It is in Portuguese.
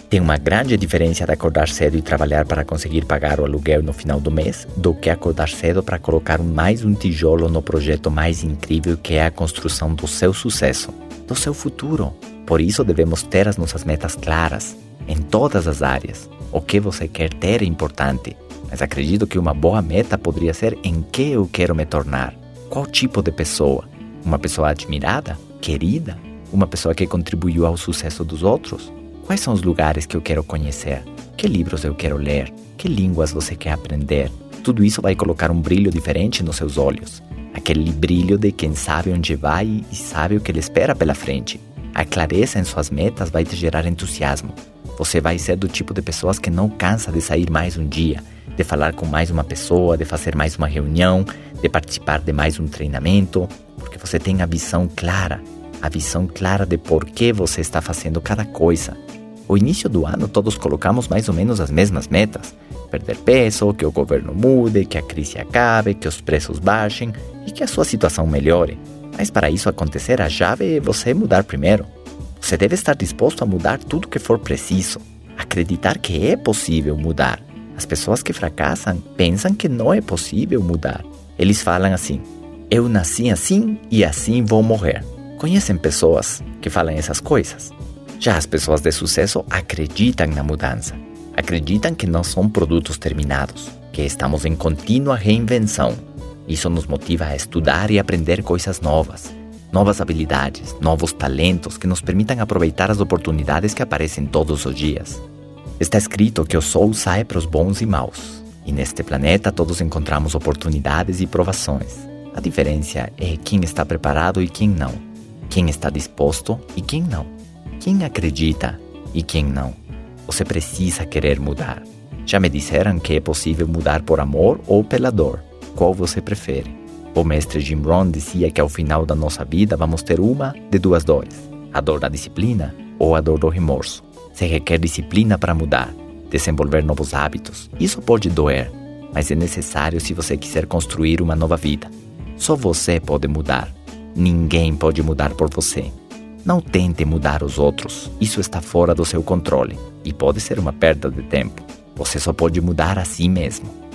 Tem uma grande diferença de acordar cedo e trabalhar para conseguir pagar o aluguel no final do mês do que acordar cedo para colocar mais um tijolo no projeto mais incrível que é a construção do seu sucesso, do seu futuro. Por isso devemos ter as nossas metas claras, em todas as áreas. O que você quer ter é importante, mas acredito que uma boa meta poderia ser em que eu quero me tornar. Qual tipo de pessoa? Uma pessoa admirada? Querida? Uma pessoa que contribuiu ao sucesso dos outros? Quais são os lugares que eu quero conhecer? Que livros eu quero ler? Que línguas você quer aprender? Tudo isso vai colocar um brilho diferente nos seus olhos. Aquele brilho de quem sabe onde vai e sabe o que lhe espera pela frente. A clareza em suas metas vai te gerar entusiasmo. Você vai ser do tipo de pessoas que não cansa de sair mais um dia, de falar com mais uma pessoa, de fazer mais uma reunião, de participar de mais um treinamento, porque você tem a visão clara de por que você está fazendo cada coisa. No início do ano, todos colocamos mais ou menos as mesmas metas. Perder peso, que o governo mude, que a crise acabe, que os preços baixem e que a sua situação melhore. Mas para isso acontecer, a chave é você mudar primeiro. Você deve estar disposto a mudar tudo que for preciso. Acreditar que é possível mudar. As pessoas que fracassam pensam que não é possível mudar. Eles falam assim: eu nasci assim e assim vou morrer. Conhecem pessoas que falam essas coisas? Já as pessoas de sucesso acreditam na mudança. Acreditam que não são produtos terminados, que estamos em contínua reinvenção. Isso nos motiva a estudar e aprender coisas novas habilidades, novos talentos que nos permitam aproveitar as oportunidades que aparecem todos os dias. Está escrito que o sol sai para os bons e maus, e neste planeta todos encontramos oportunidades e provações. A diferença é quem está preparado e quem não, quem está disposto e quem não, quem acredita e quem não. Você precisa querer mudar. Já me disseram que é possível mudar por amor ou pela dor. Qual você prefere? O mestre Jim Rohn dizia que ao final da nossa vida vamos ter uma de duas dores: a dor da disciplina ou a dor do remorso. Se requer disciplina para mudar, desenvolver novos hábitos. Isso pode doer, mas é necessário se você quiser construir uma nova vida. Só você pode mudar. Ninguém pode mudar por você. Não tente mudar os outros. Isso está fora do seu controle e pode ser uma perda de tempo. Você só pode mudar a si mesmo.